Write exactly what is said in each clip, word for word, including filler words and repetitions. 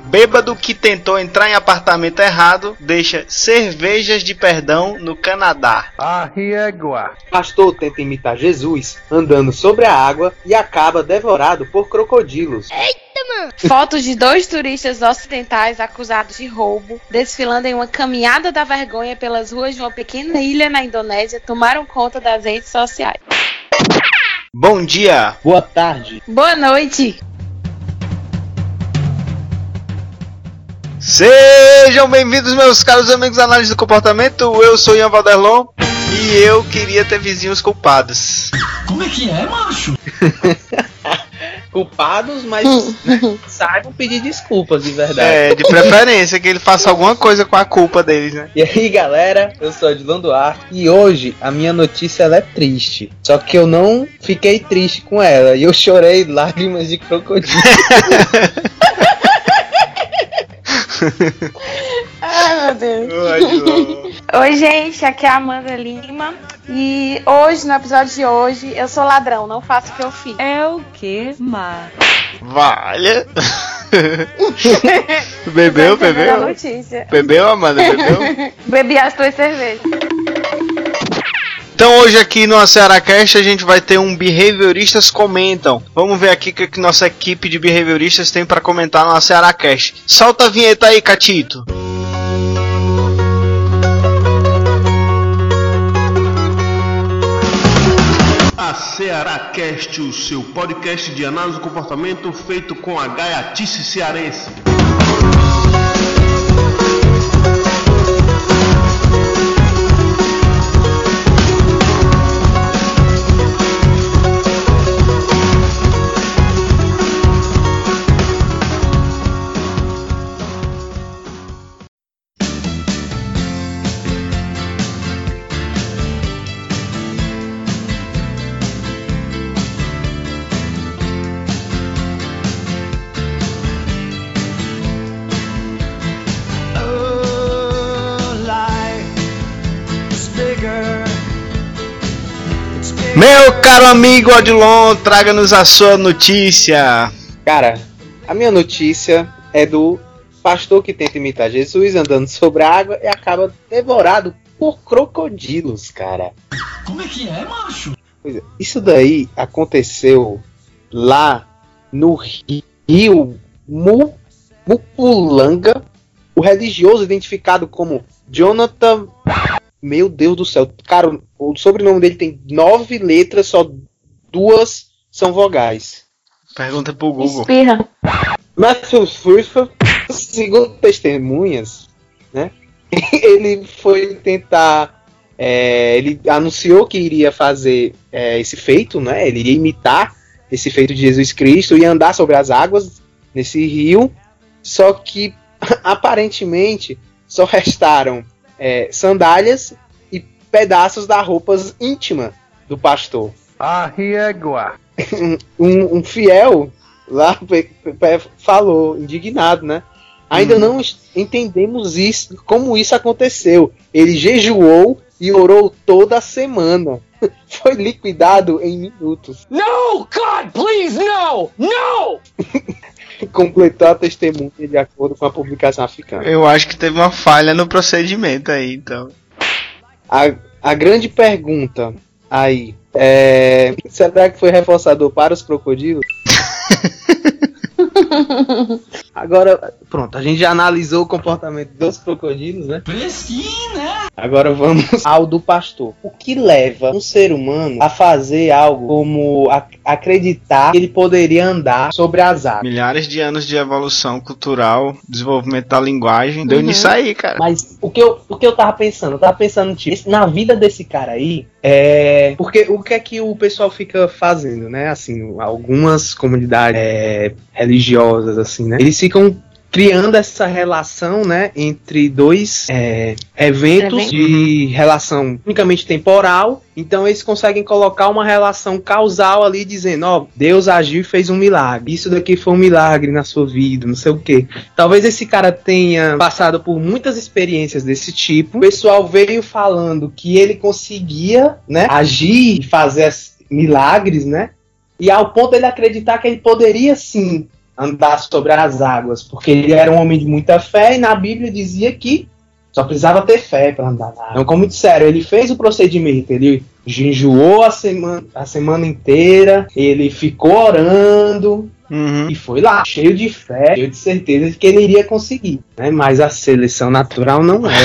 Bêbado que tentou entrar em apartamento errado deixa cervejas de perdão no Canadá. Arriégua. Pastor tenta imitar Jesus andando sobre a água e acaba devorado por crocodilos. Fotos de dois turistas ocidentais acusados de roubo, desfilando em uma caminhada da vergonha pelas ruas de uma pequena ilha na Indonésia, tomaram conta das redes sociais. Bom dia. Boa tarde. Boa noite. Sejam bem-vindos, meus caros amigos da Análise do Comportamento. Eu sou Ian Valderlon e eu queria ter vizinhos culpados. Como é que é, macho? Culpados, mas saibam pedir desculpas, de verdade. É, de preferência, que ele faça alguma coisa com a culpa deles, né? E aí, galera, eu sou Edilon Duarte e hoje a minha notícia ela é triste. Só que eu não fiquei triste com ela e eu chorei lágrimas de crocodilo. Ai, meu Deus. Oi, gente, aqui é a Amanda Lima. E hoje, no episódio de hoje, eu sou ladrão, não faço o que eu fiz. É o que, Mar? Valha. Bebeu, bebeu? Notícia. Bebeu, Amanda, bebeu? Bebi as tuas cervejas. Então hoje aqui no Cearacast a gente vai ter um Behavioristas Comentam. Vamos ver aqui o que, que nossa equipe de behavioristas tem para comentar no Cearacast. Solta a vinheta aí, Catito. A Cearacast, o seu podcast de análise do comportamento feito com a gaiatice cearense. Meu caro amigo Odilon, traga-nos a sua notícia. Cara, a minha notícia é do pastor que tenta imitar Jesus andando sobre a água e acaba devorado por crocodilos, cara. Como é que é, macho? Pois é, isso daí aconteceu lá no rio Mu- Mupulanga. O religioso identificado como Jonathan... Meu Deus do céu, cara, o sobrenome dele tem nove letras, só duas são vogais. Pergunta pro Google. Espirra. Matthew Frifa, segundo testemunhas, né? Ele foi tentar, é, ele anunciou que iria fazer é, esse feito, né? Ele iria imitar esse feito de Jesus Cristo e andar sobre as águas nesse rio, só que aparentemente só restaram É, sandálias e pedaços da roupa íntima do pastor. Arriégua. um, um fiel lá pe, pe, falou, indignado, né? Ainda hum. não entendemos isso, como isso aconteceu. Ele jejuou e orou toda a semana. Foi liquidado em minutos. No, God, please, no! No! Completou a testemunha de acordo com a publicação africana. Eu acho que teve uma falha no procedimento aí, então. A, a grande pergunta aí é: será que foi reforçador para os crocodilos? Agora, pronto, a gente já analisou o comportamento dos crocodilos, né? Sim, né? Agora vamos ao do pastor. O que leva um ser humano a fazer algo como a, acreditar que ele poderia andar sobre as águas? Milhares de anos de evolução cultural, desenvolvimento da linguagem, deu Uhum. nisso aí, cara. Mas o que, eu, o que eu tava pensando? Eu tava pensando, tipo, esse- na vida desse cara aí, é... Porque o que é que o pessoal fica fazendo, né? Assim, algumas comunidades é, religiosas, assim, né? Eles ficam criando essa relação, né, entre dois é, eventos Evento. de relação unicamente temporal. Então eles conseguem colocar uma relação causal ali, dizendo, ó, Deus agiu e fez um milagre, isso daqui foi um milagre na sua vida, não sei o quê. Talvez esse cara tenha passado por muitas experiências desse tipo. O pessoal veio falando que ele conseguia, né, agir e fazer as- milagres, né, e ao ponto de ele acreditar que ele poderia sim andar sobre as águas, porque ele era um homem de muita fé e na Bíblia dizia que só precisava ter fé para andar na água. Então, como disseram, ele fez o procedimento, ele jejuou a semana, a semana inteira, ele ficou orando, uhum. e foi lá, cheio de fé, cheio de certeza de que ele iria conseguir, né? Mas a seleção natural não é.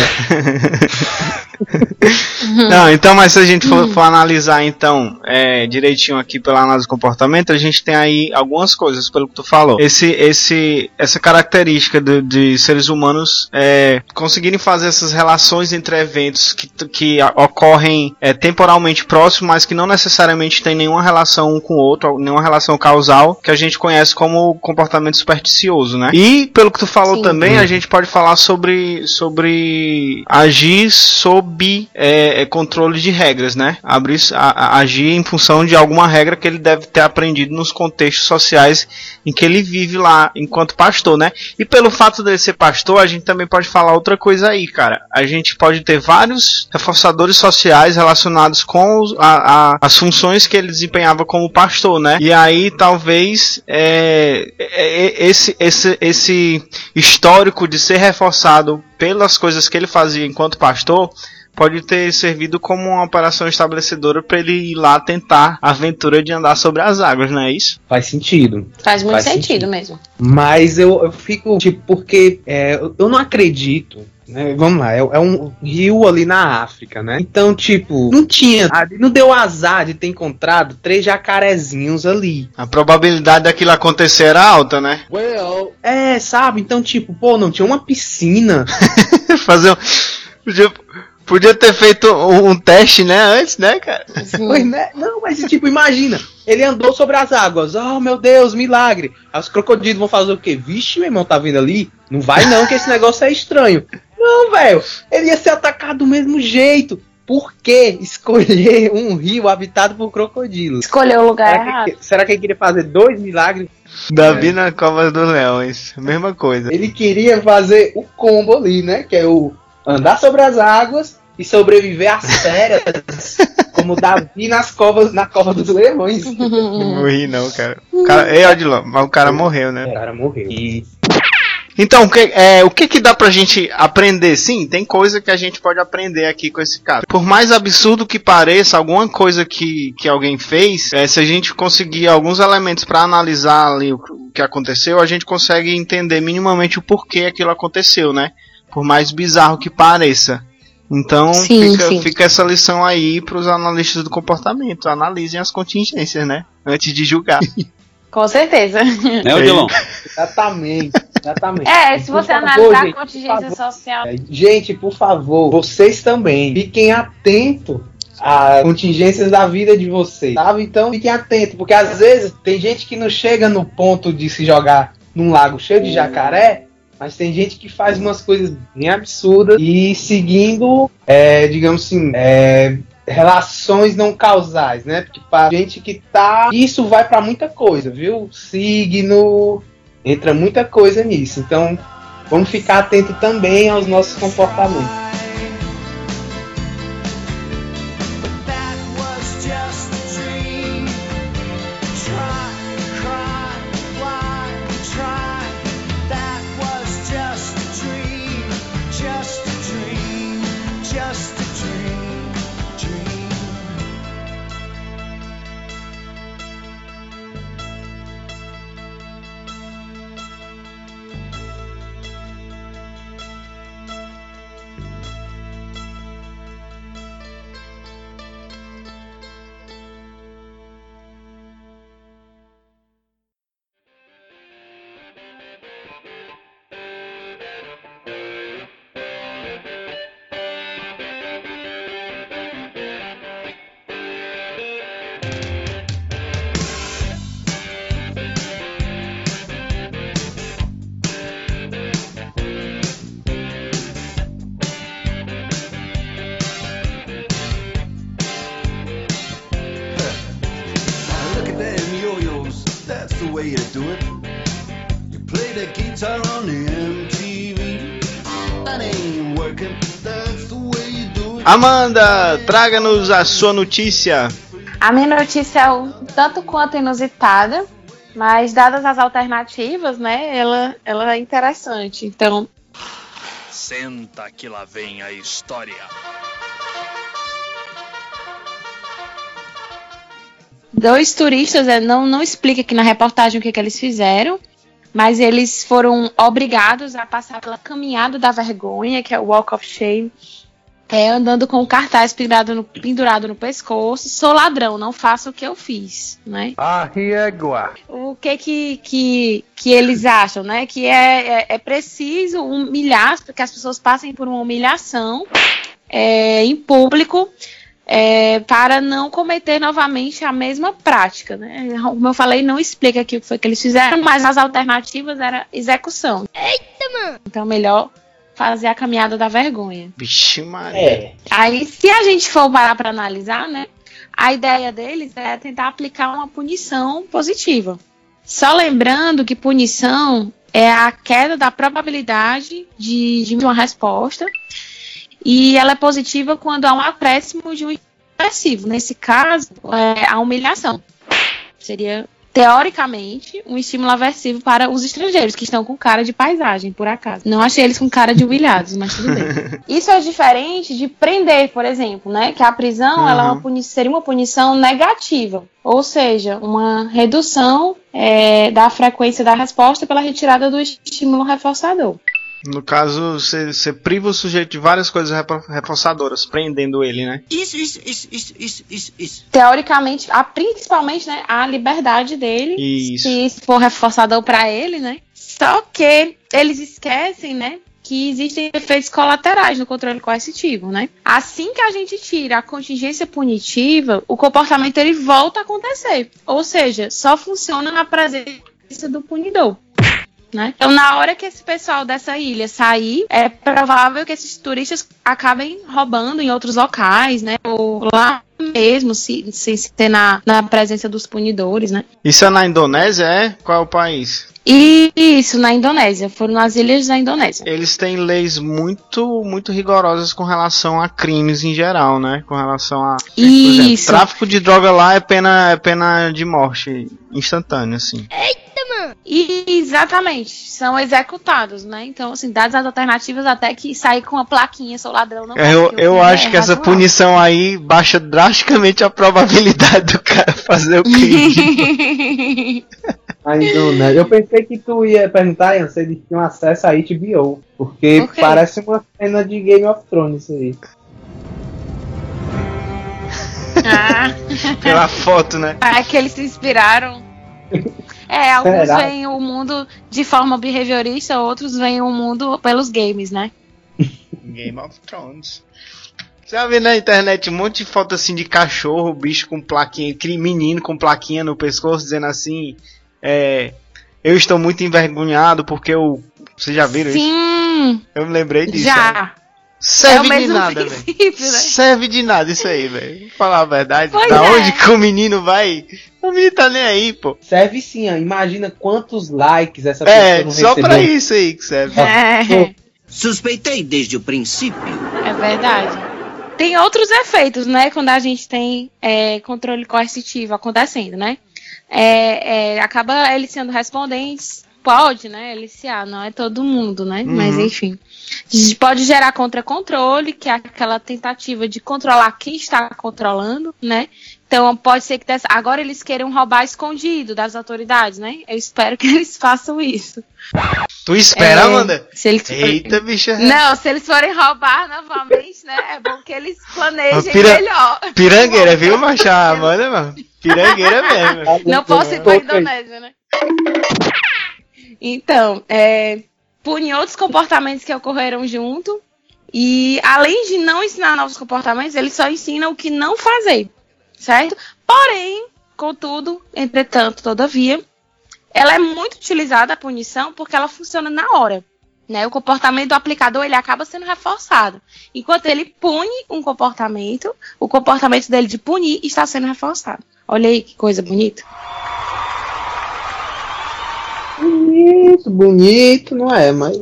Não, então, mas se a gente for, for analisar então é, direitinho aqui pela análise do comportamento, a gente tem aí algumas coisas, pelo que tu falou. Esse, esse, essa característica de, de seres humanos é, conseguirem fazer essas relações entre eventos que, que ocorrem é, temporalmente próximos, mas que não necessariamente tem nenhuma relação um com o outro, nenhuma relação causal, que a gente conhece como comportamento supersticioso, né? E pelo que tu falou Sim. também, a gente pode falar sobre, sobre agir sob É, é controle de regras, né? Abrir, a, a, agir em função de alguma regra que ele deve ter aprendido nos contextos sociais em que ele vive lá enquanto pastor, né? E pelo fato dele ser pastor, a gente também pode falar outra coisa aí, cara. A gente pode ter vários reforçadores sociais relacionados com os, a, a, as funções que ele desempenhava como pastor, né? E aí talvez é, é, esse, esse, esse histórico de ser reforçado pelas coisas que ele fazia enquanto pastor pode ter servido como uma operação estabelecedora para ele ir lá tentar a aventura de andar sobre as águas, não é isso? Faz sentido. Faz muito Faz sentido, sentido mesmo. Mas eu, eu fico, tipo, porque é, eu não acredito, né? Vamos lá, é, é um rio ali na África, né? Então, tipo, não tinha, não deu azar de ter encontrado três jacarezinhos ali. A probabilidade daquilo acontecer era alta, né? Well, é, sabe? Então, tipo, pô, não tinha uma piscina. Fazer um... Podia... Podia ter feito um, um teste, né, antes, né, cara? Pois, né? Não, mas tipo, imagina, ele andou sobre as águas, oh meu Deus, milagre. Aí os crocodilos vão fazer o quê? Vixe, meu irmão, tá vindo ali? Não vai não, que esse negócio é estranho. Não, velho, ele ia ser atacado do mesmo jeito. Por que escolher um rio habitado por crocodilos? Escolheu o lugar será errado. Que, será que ele queria fazer dois milagres? Davi é. na cova dos leões, mesma coisa. Ele queria fazer o combo ali, né, que é o andar sobre as águas e sobreviver às férias, como Davi nas covas, na cova dos leões. Não morri não, cara. O cara, ei, Odilon, mas o cara morreu, né? O cara morreu. E... Então, que, é, o que que dá pra gente aprender? Sim, tem coisa que a gente pode aprender aqui com esse cara. Por mais absurdo que pareça, alguma coisa que, que alguém fez, é, se a gente conseguir alguns elementos pra analisar ali o, o que aconteceu, a gente consegue entender minimamente o porquê aquilo aconteceu, né? Por mais bizarro que pareça. Então sim, fica, sim. fica essa lição aí para os analistas do comportamento. Analisem as contingências, né? Antes de julgar. Com certeza. É, Odilon? Exatamente, exatamente. É, se você favor, analisar gente, a contingência social. Gente, por favor, vocês também fiquem atentos às contingências da vida de vocês, sabe? Então fiquem atentos, porque às vezes tem gente que não chega no ponto de se jogar num lago cheio de jacaré, mas tem gente que faz umas coisas bem absurdas e seguindo, é, digamos assim, é, relações não causais, né? Porque pra gente que tá... Isso vai pra muita coisa, viu? Signo... Entra muita coisa nisso. Então, vamos ficar atento também aos nossos comportamentos. Amanda, traga-nos a sua notícia. A minha notícia é um tanto quanto inusitada, Mas dadas as alternativas, né, ela, ela é interessante. Então, senta que lá vem a história. Dois turistas, é, não, não explica aqui na reportagem o que, que eles fizeram, mas eles foram obrigados a passar pela caminhada da vergonha, que é o Walk of Shame, é, andando com o cartaz pendurado no, pendurado no pescoço. Sou ladrão, não faço o que eu fiz, né? A régua. O que que, que, que eles acham, né? Que é, é, é preciso humilhar, porque as pessoas passem por uma humilhação é, em público, é, para não cometer novamente a mesma prática, né? Como eu falei, não explica aqui o que foi que eles fizeram, mas as alternativas era execução. Eita, mano! Então, melhor fazer a caminhada da vergonha. Vixe, Maria. É. Aí, se a gente for parar para analisar, né? A ideia deles é tentar aplicar uma punição positiva. Só lembrando que punição é a queda da probabilidade de, de uma resposta, e ela é positiva quando há um acréscimo de um agressivo. Nesse caso, é a humilhação. Seria, teoricamente, um estímulo aversivo para os estrangeiros, que estão com cara de paisagem, por acaso. Não achei eles com cara de humilhados, mas tudo bem. Isso é diferente de prender, por exemplo, né? Que a prisão, uhum, ela é uma puni- seria uma punição negativa. Ou seja, uma redução é, da frequência da resposta pela retirada do estímulo reforçador. No caso, você, você priva o sujeito de várias coisas reforçadoras, prendendo ele, né? Isso, isso, isso, isso, isso, isso, isso. Teoricamente, a, principalmente, né, a liberdade dele, isso, se for reforçador para ele, né? Só que eles esquecem, né, que existem efeitos colaterais no controle coercitivo, né? Assim que a gente tira a contingência punitiva, o comportamento ele volta a acontecer. Ou seja, só funciona na presença do punidor. Né? Então, na hora que esse pessoal dessa ilha sair, é provável que esses turistas acabem roubando em outros locais, né? Ou lá mesmo, se, se, se ter na, na presença dos punidores, né? Isso é na Indonésia, é? Qual é o país? Isso, na Indonésia. Foram nas ilhas da Indonésia. Eles têm leis muito, muito rigorosas com relação a crimes em geral, né? Com relação a... Isso. Por exemplo, tráfico de droga lá é pena, é pena de morte instantânea, assim. Eita, mano! E, exatamente. São executados, né? Então, assim, dadas as alternativas, até que sair com uma plaquinha, sou ladrão, não Eu, eu, eu acho é que essa punição aí baixa drasticamente a probabilidade do cara fazer o crime. Ainda, né? Eu pensei que tu ia perguntar, Ian, se eles tinham acesso a H B O, porque okay. parece uma cena de Game of Thrones isso aí. Ah. Pela foto, né? É que eles se inspiraram. É, alguns Será? veem o mundo de forma behaviorista, outros veem o mundo pelos games, né? Game of Thrones. Você já vê na internet um monte de foto assim de cachorro, bicho com plaquinha, menino com plaquinha no pescoço, dizendo assim... É, eu estou muito envergonhado porque eu... Vocês já viram Sim, isso? Eu me lembrei disso. Já. Serve é o de mesmo nada, velho. Né? Serve de nada isso aí, velho. Vou falar a verdade. Pois da é. onde que o menino vai? O menino tá nem aí, pô. Serve sim, ó. Imagina quantos likes essa pessoa É, não só recebeu. pra isso aí que serve. É, Suspeitei desde o princípio. é verdade. Tem outros efeitos, né? Quando a gente tem é, controle coercitivo acontecendo, né? É, é, acaba eliciando respondentes, pode, né, eliciar, não é todo mundo, né, uhum. Mas enfim, pode gerar contra-controle, que é aquela tentativa de controlar quem está controlando, né, então pode ser que dessa... agora eles queiram roubar escondido das autoridades, né, eu espero que eles façam isso. Tu espera, é, Amanda? Se eles... Eita, bicha. Não, se eles forem roubar novamente, né, é bom que eles planejem Pira... melhor. Pirangueira, viu, macho? Amanda, mano. Pirangueira mesmo. Não posso ir pra Indonésia, né? Então, é, punir outros comportamentos que ocorreram junto. E além de não ensinar novos comportamentos, eles só ensinam o que não fazer. Certo? Porém, contudo, entretanto, todavia, ela é muito utilizada, a punição, porque ela funciona na hora. Né? O comportamento do aplicador ele acaba sendo reforçado. Enquanto ele pune um comportamento, o comportamento dele de punir está sendo reforçado. Olha aí que coisa bonita. Bonito, bonito, não é, mas...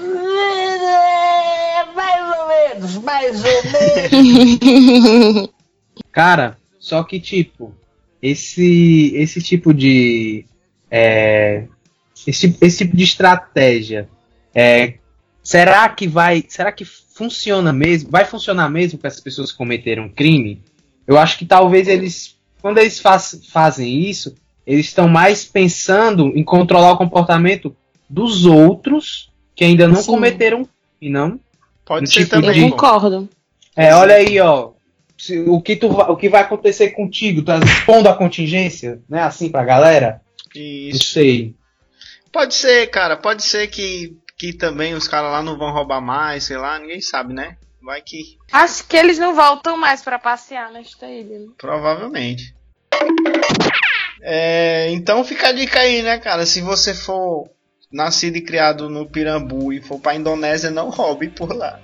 Mais ou menos, mais ou menos. Cara, só que tipo, esse, esse tipo de, é, esse, esse tipo de estratégia, é, será que vai, será que funciona mesmo? Vai funcionar mesmo para as pessoas que cometeram um crime? Eu acho que talvez eles, quando eles faz, fazem isso, eles estão mais pensando em controlar o comportamento dos outros que ainda não Sim. cometeram crime, não? Pode um ser tipo também. De... Eu concordo. É, olha aí, ó. O que, tu, o que vai acontecer contigo? Tá expondo a contingência, né? Assim pra galera? Isso. Não sei. Pode ser, cara. Pode ser que, que também os caras lá não vão roubar mais, sei lá. Ninguém sabe, né? Vai que... Acho que eles não voltam mais pra passear nesta ilha. Provavelmente. É, então fica a dica aí, né, cara? Se você for nascido e criado no Pirambu e for pra Indonésia, não roube por lá.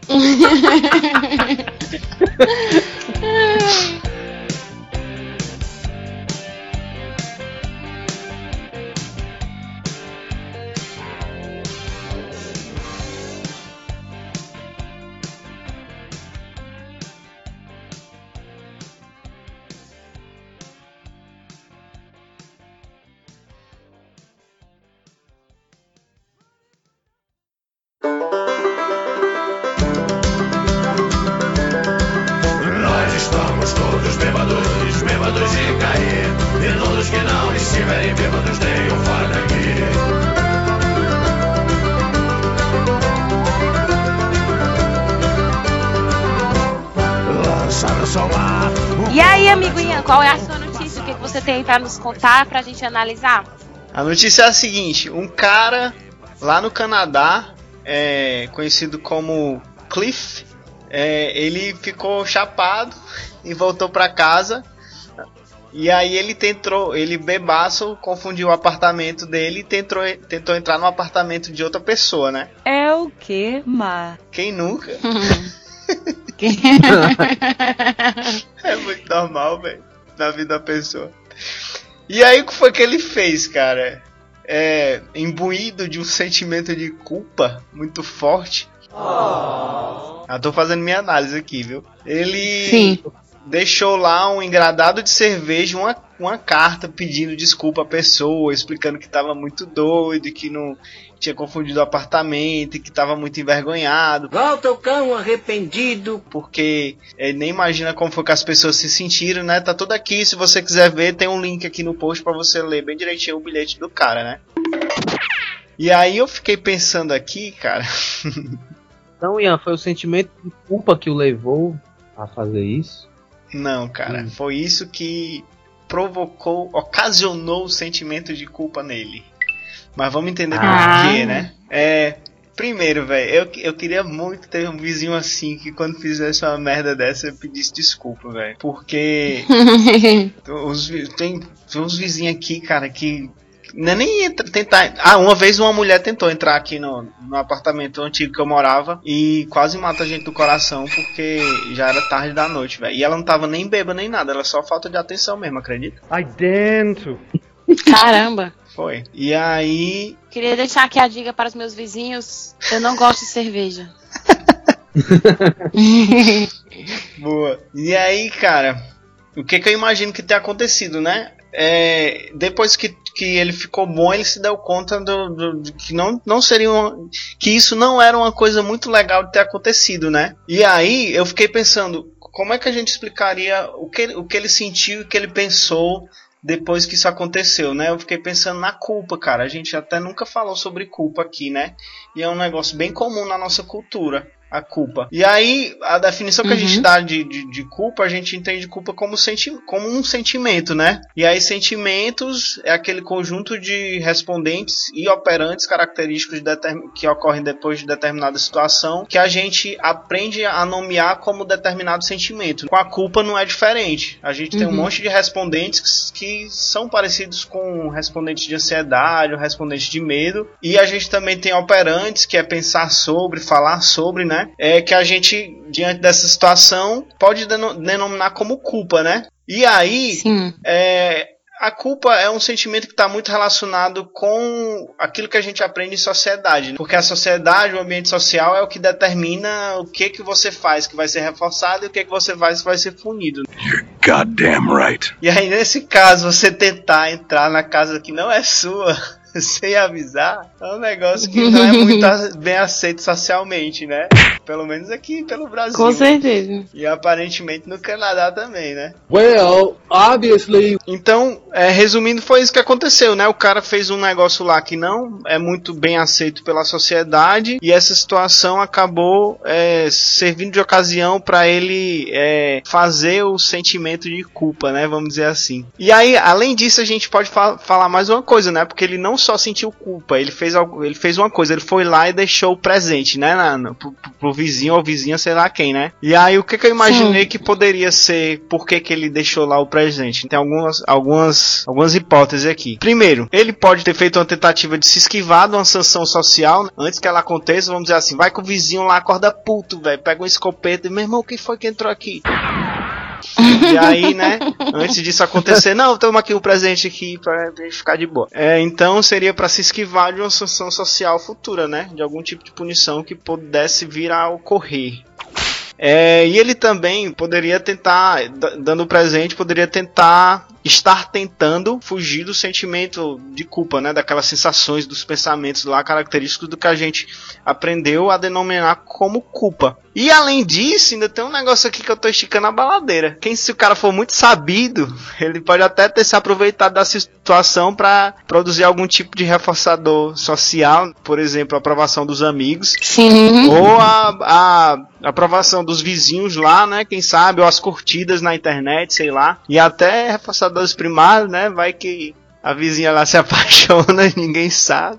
E aí, amigo Ian, qual é a sua notícia? O que você tem pra nos contar, pra gente analisar? A notícia é a seguinte: um cara lá no Canadá, é, conhecido como Cliff, é, ele ficou chapado e voltou pra casa. E aí ele tentou, ele bebaço, confundiu o apartamento dele e tentou, tentou entrar no apartamento de outra pessoa, né? É o que, Má? Quem nunca? É muito normal, velho, na vida da pessoa. E aí o que foi que ele fez, cara? É, imbuído de um sentimento de culpa muito forte. Oh. Eu tô fazendo minha análise aqui, viu? Ele Sim. deixou lá um engradado de cerveja, uma, uma carta pedindo desculpa à pessoa, explicando que tava muito doido, que não tinha confundido o apartamento, que tava muito envergonhado. Volta o cão arrependido. Porque ele nem imagina como foi que as pessoas se sentiram, né? Tá tudo aqui, se você quiser ver, tem um link aqui no post pra você ler bem direitinho o bilhete do cara, né? E aí eu fiquei pensando aqui, cara... Então, Ian, foi o sentimento de culpa que o levou a fazer isso? Não, cara, hum. foi isso que provocou, ocasionou o sentimento de culpa nele. Mas vamos entender ah. por quê, né? É, primeiro, velho, eu, eu queria muito ter um vizinho assim, que quando fizesse uma merda dessa, eu pedisse desculpa, velho. Porque os, tem, tem uns vizinhos aqui, cara, que não é nem entra, tentar... Ah, uma vez uma mulher tentou entrar aqui no, no apartamento antigo que eu morava e quase mata a gente do coração porque já era tarde da noite, velho. E ela não tava nem bêbada nem nada, era só falta de atenção mesmo, acredita? Ai, dentro! Caramba! Foi. E aí... Queria deixar aqui a dica para os meus vizinhos, eu não gosto de cerveja. Boa. E aí, cara, o que que eu imagino que tenha acontecido, né? É, depois que, que ele ficou bom, ele se deu conta do, do, de que não, não seria uma, que isso não era uma coisa muito legal de ter acontecido, né? E aí eu fiquei pensando, como é que a gente explicaria o que, o que ele sentiu e o que ele pensou depois que isso aconteceu, né? Eu fiquei pensando na culpa, cara. A gente até nunca falou sobre culpa aqui, né? E é um negócio bem comum na nossa cultura, a culpa. E aí, a definição que uhum. a gente dá de, de, de culpa, a gente entende culpa como, senti- como um sentimento, né? E aí, sentimentos é aquele conjunto de respondentes e operantes característicos de determin- que ocorrem depois de determinada situação, que a gente aprende a nomear como determinado sentimento. Com a culpa não é diferente. A gente uhum. tem um monte de respondentes que, que são parecidos com respondentes de ansiedade ou respondentes de medo. E a gente também tem operantes, que é pensar sobre, falar sobre, né? É que a gente, diante dessa situação, pode denominar como culpa, né? E aí, é, A culpa é um sentimento que está muito relacionado com aquilo que a gente aprende em sociedade, né? Porque a sociedade, o ambiente social é o que determina o que que você faz que vai ser reforçado e o que que você faz que vai ser punido. You're goddamn right. E aí, nesse caso, você tentar entrar na casa que não é sua sem avisar, é um negócio que não é muito bem aceito socialmente, né? Pelo menos aqui pelo Brasil. Com certeza. E aparentemente no Canadá também, né? Well, obviously. Então, é, resumindo, foi isso que aconteceu, né? O cara fez um negócio lá que não é muito bem aceito pela sociedade e essa situação acabou é, servindo de ocasião para ele é, fazer o sentimento de culpa, né? Vamos dizer assim. E aí, além disso, a gente pode fa- falar mais uma coisa, né? Porque ele não só sentiu culpa, ele fez, algo, ele fez uma coisa, ele foi lá e deixou o presente, né? Na, na, pro, pro vizinho ou vizinha, sei lá quem, né? E aí, o que que eu imaginei Sim. que poderia ser, por que que ele deixou lá o presente? Tem algumas, algumas, algumas hipóteses aqui. Primeiro, ele pode ter feito uma tentativa de se esquivar de uma sanção social, né? Antes que ela aconteça, vamos dizer assim, vai com o vizinho lá, acorda puto, velho, pega um escopeta e, meu irmão, quem foi que entrou aqui? E aí, né, antes disso acontecer, não, toma aqui um presente aqui pra ficar de boa. É, então seria pra se esquivar de uma sanção social futura, né, de algum tipo de punição que pudesse vir a ocorrer. É, e ele também poderia tentar, d- dando presente, poderia tentar estar tentando fugir do sentimento de culpa, né, daquelas sensações, dos pensamentos lá característicos do que a gente aprendeu a denominar como culpa. E além disso, ainda tem um negócio aqui que eu tô esticando a baladeira. Quem, se o cara for muito sabido, ele pode até ter se aproveitado da situação para produzir algum tipo de reforçador social, por exemplo, a aprovação dos amigos, Sim. ou a, a aprovação dos vizinhos lá, né, quem sabe, ou as curtidas na internet, sei lá, e até reforçadores primários, né, vai que a vizinha lá se apaixona e ninguém sabe.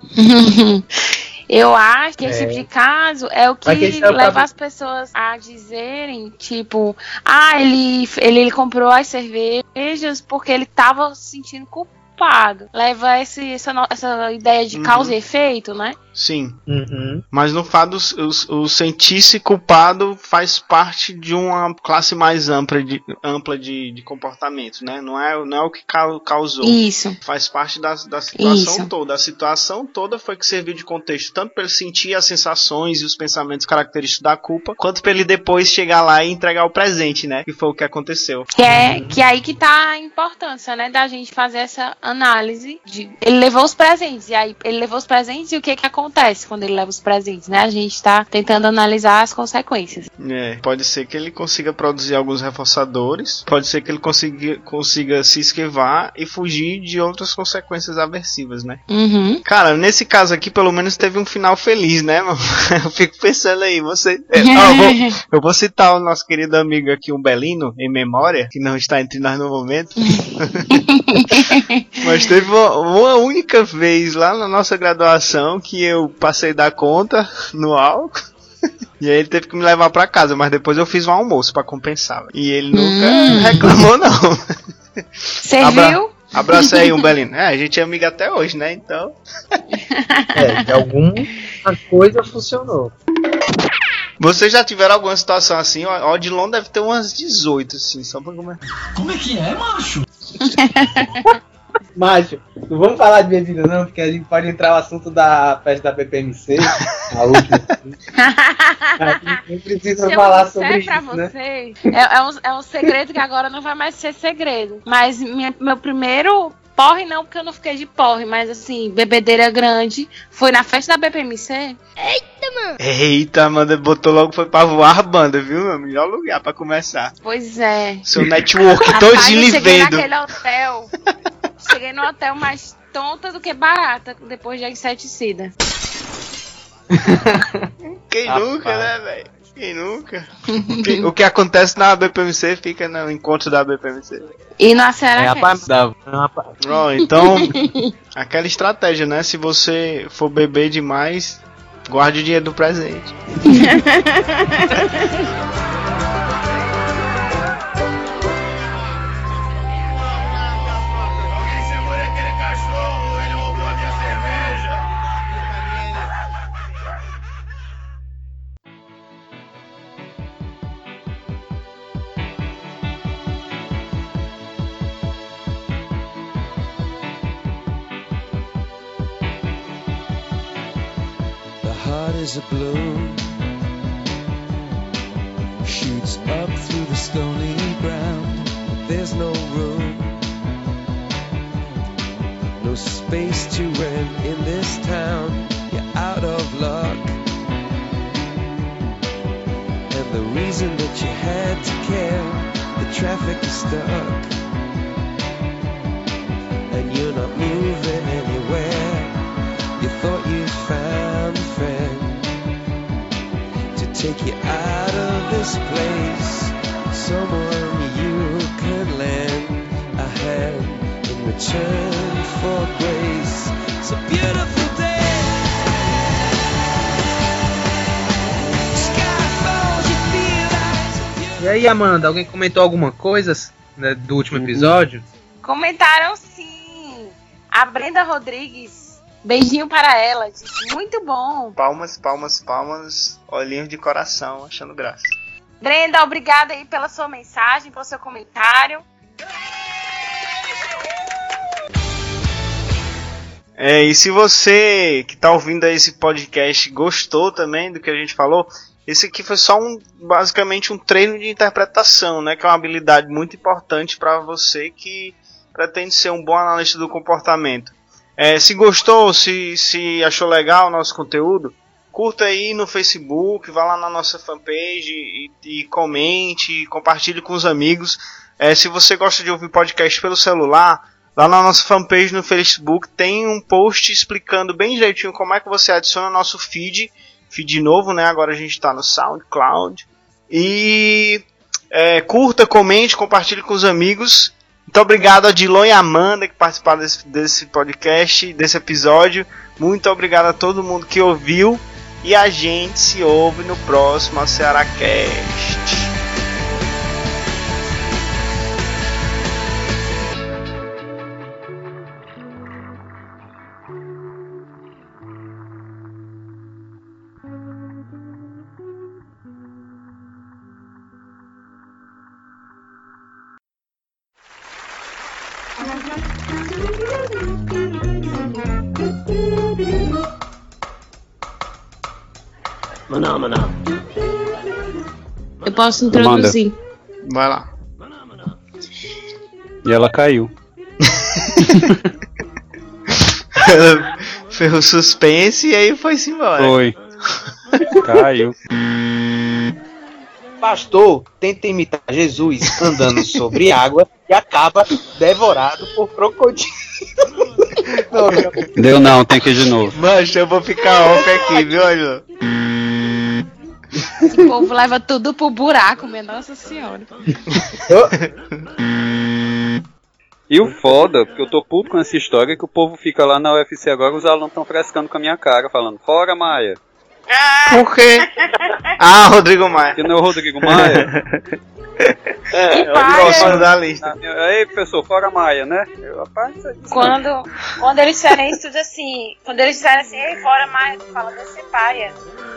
Eu acho que esse É. tipo de caso é o que Mas quem sabe leva pra- as pessoas a dizerem, tipo, ah, ele, ele, ele comprou as cervejas porque ele tava se sentindo culpado. Leva esse, essa, no- essa ideia de Uhum. causa e efeito, né? Sim. Uhum. Mas no fato, o, o sentir-se culpado faz parte de uma classe mais ampla de, ampla de, de comportamento, né? Não é, não é o que ca- causou. Isso. Faz parte da, da situação Isso. toda. A situação toda foi que serviu de contexto, tanto para ele sentir as sensações e os pensamentos característicos da culpa, quanto para ele depois chegar lá e entregar o presente, né? Que foi o que aconteceu. Que é que é aí que tá a importância, né, da gente fazer essa análise de ele levou os presentes, e aí ele levou os presentes e o que que acontece quando ele leva os presentes, né? A gente tá tentando analisar as consequências. É, pode ser que ele consiga produzir alguns reforçadores, pode ser que ele consiga, consiga se esquivar e fugir de outras consequências aversivas, né? Uhum. Cara, nesse caso aqui, pelo menos teve um final feliz, né, mano? Eu fico pensando aí, você... É, ó, eu, vou, eu vou citar o nosso querido amigo aqui, o Belino, em memória, que não está entre nós no momento. Mas teve uma, uma única vez lá na nossa graduação que eu passei da conta no álcool. E aí ele teve que me levar pra casa, mas depois eu fiz um almoço pra compensar. E ele nunca Hum. reclamou, não. Serviu? Abraço aí, um Belino. É, a gente é amigo até hoje, né? Então... É, de alguma coisa funcionou. Vocês já tiveram alguma situação assim? O Odilon deve ter umas dezoito, assim, só pra comer. Como é que é, macho? Macho, não vamos falar de bebida não, porque a gente pode entrar no assunto da festa da B P M C, a última. A gente não precisa Se eu falar disser sobre pra isso, né? vocês, é, é, um, é um segredo que agora não vai mais ser segredo. Mas minha- meu primeiro porre, não, porque eu não fiquei de porre, mas assim, bebedeira grande, foi na festa da B P M C. Eita, mano, botou logo foi pra voar a banda, viu? Meu melhor lugar pra começar. Pois é. Seu network Rapaz, todinho eu lhe cheguei vendo. naquele hotel. Cheguei no hotel mais tonta do que barata, depois de inseticida. Quem Rapaz. nunca, né, velho? Quem nunca? O que acontece na B P M C fica no encontro da B P M C. E na Ceará. É rapaz, dá. É rapaz. Ó, então, aquela estratégia, né? Se você for beber demais, guarde o dinheiro do presente. heart is a balloon, shoots up through the stony ground. There's no room, no space to rent in this town. You're out of luck, and the reason that you had to care, the traffic is stuck, and you're not moving anywhere. You thought you'd found a friend to take you out of this place, someone you could lend a hand in return for grace. It's a beautiful day. Sky falls, you feel like it's a beautiful... E aí, Amanda, alguém comentou alguma coisa, né, do último episódio? Comentaram sim. A Brenda Rodrigues, beijinho para ela, disse, muito bom. Palmas, palmas, palmas, olhinhos de coração, achando graça. Brenda, obrigada aí pela sua mensagem, pelo seu comentário. É, e se você que está ouvindo esse podcast gostou também do que a gente falou, esse aqui foi só um, basicamente um treino de interpretação, né, que é uma habilidade muito importante para você que pretende ser um bom analista do comportamento. É, se gostou, se, se achou legal o nosso conteúdo, curta aí no Facebook, vá lá na nossa fanpage e, e comente, compartilhe com os amigos. É, se você gosta de ouvir podcast pelo celular, lá na nossa fanpage no Facebook tem um post explicando bem direitinho como é que você adiciona nosso feed, feed novo, né? Agora a gente está no SoundCloud. E é, curta, comente, compartilhe com os amigos. Muito obrigado a Dilon e a Amanda que participaram desse, desse podcast, desse episódio. Muito obrigado a todo mundo que ouviu. E a gente se ouve no próximo CearáCast. Maná, maná. Eu posso introduzir. Vai lá. E ela caiu. Ela fez o suspense e aí foi-se embora. Foi. Caiu. Pastor tenta imitar Jesus andando sobre água e acaba devorado por crocodilo. Não, não. Deu não, tem que ir de novo. Mancha, eu vou ficar off aqui, viu, Angela? Esse povo leva tudo pro buraco, minha Nossa Senhora. E o foda, porque eu tô puto com essa história, que o povo fica lá na U F C agora, os alunos tão frescando com a minha cara, falando, fora Maia. Por quê? Ah, Rodrigo Maia. Que não é o Rodrigo Maia? É, é o próximo da lista. Minha... Aí, professor, fora Maia, né? Eu, rapaz, isso é quando, quando eles disserem isso, tudo assim, quando eles disserem assim, ei, fora Maia, tu fala desse paia.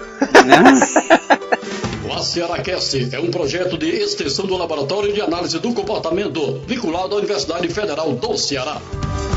O CearáCast é um projeto de extensão do Laboratório de Análise do Comportamento, vinculado à Universidade Federal do Ceará.